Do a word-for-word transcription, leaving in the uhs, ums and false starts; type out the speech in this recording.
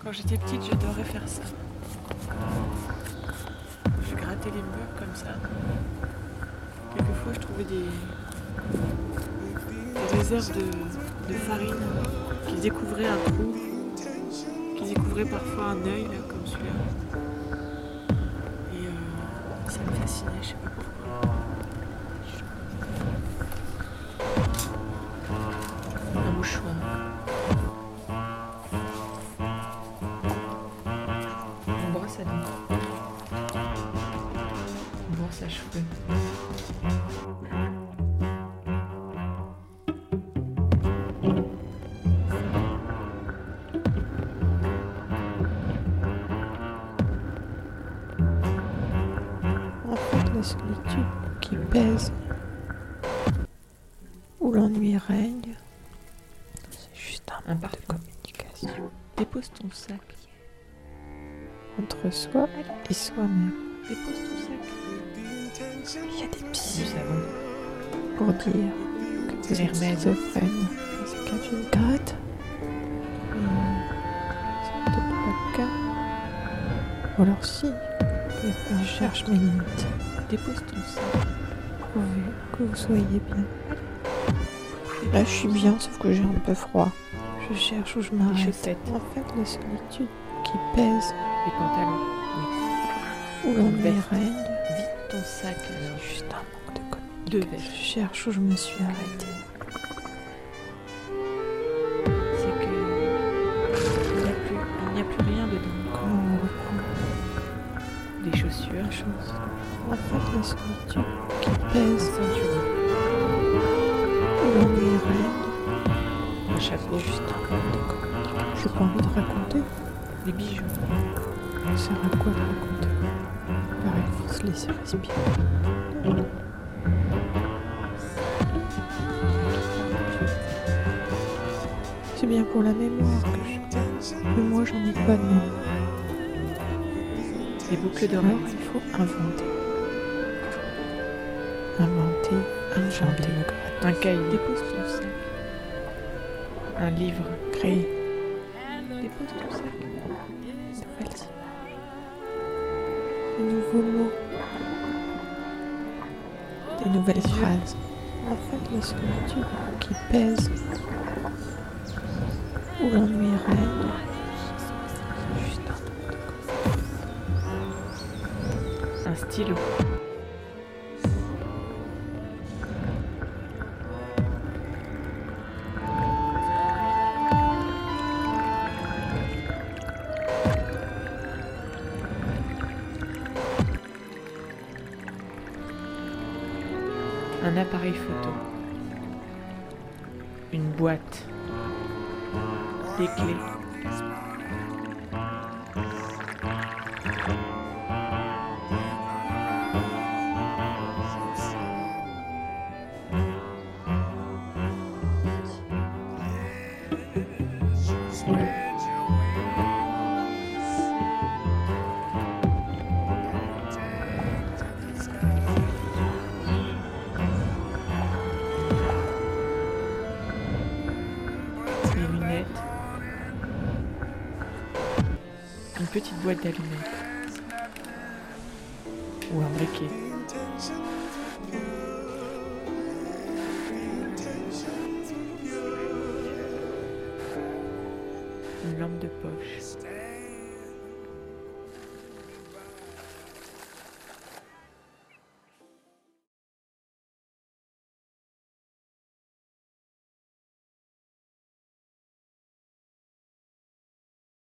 Quand j'étais petite, j'adorais faire ça. Je grattais les murs comme ça. Quelquefois, je trouvais des, des réserves de, de farine qui découvraient un trou, qui découvraient parfois un œil, là, comme celui-là. Et euh, ça me fascinait, je sais pas pourquoi. Un mouchoir. Une brosse à dents. Une brosse à cheveux. En fait, la solitude qui pèse, où l'ennui règne, c'est juste un Un manque parfum. de communication Dépose ton sac. entre soi et soi-même. Dépose ton sac. Il y a des Du psys savon. pour dire que vous Les êtes remèdes. schizophrène. Dans ce cas, tu le grattes. Mais c'est peut-être pas le cas. Ou alors si, je cherche mes limites. Dépose ton sac. Prouver que vous soyez bien. Là, je suis bien, sauf que j'ai un peu froid. Je cherche où je Les m'arrête. chaussettes. En fait, la solitude qui pèse, Les pantalons. où l'ennui Veste. règne, Vide ton sac. alors. c'est juste un manque de communication. Deux Je vestes. cherche où je me suis arrêtée. C'est que il n'y a plus, il n'y a plus rien dedans. Comment on reprend Des chaussures, la chose? En fait, la solitude qui pèse, ceinture, où l'ennui règne, un chapeau, c'est juste un manque de communication. J'ai pas envie de raconter. des bijoux. Ça sert à quoi de raconter? Pareil, il faut se laisser respirer. C'est bien pour la mémoire que je... Mais moi, j'en ai pas de mémoire. Des boucles Alors, d'oreilles. il faut inventer. Inventer, inventer le gratte. Un cahier. Dépose ton sac. Un livre. Créer Dépose ton sac. de nouvelles images. De nouveaux mots. Des nouvelles Les yeux. phrases. En fait, la solitude qui pèse, où l'ennui règne, c'est juste un manque de Un stylo. Un appareil photo. Une boîte. Des clés. Des lunettes. Une petite boîte d'allumettes. Ou un briquet. Une lampe de poche.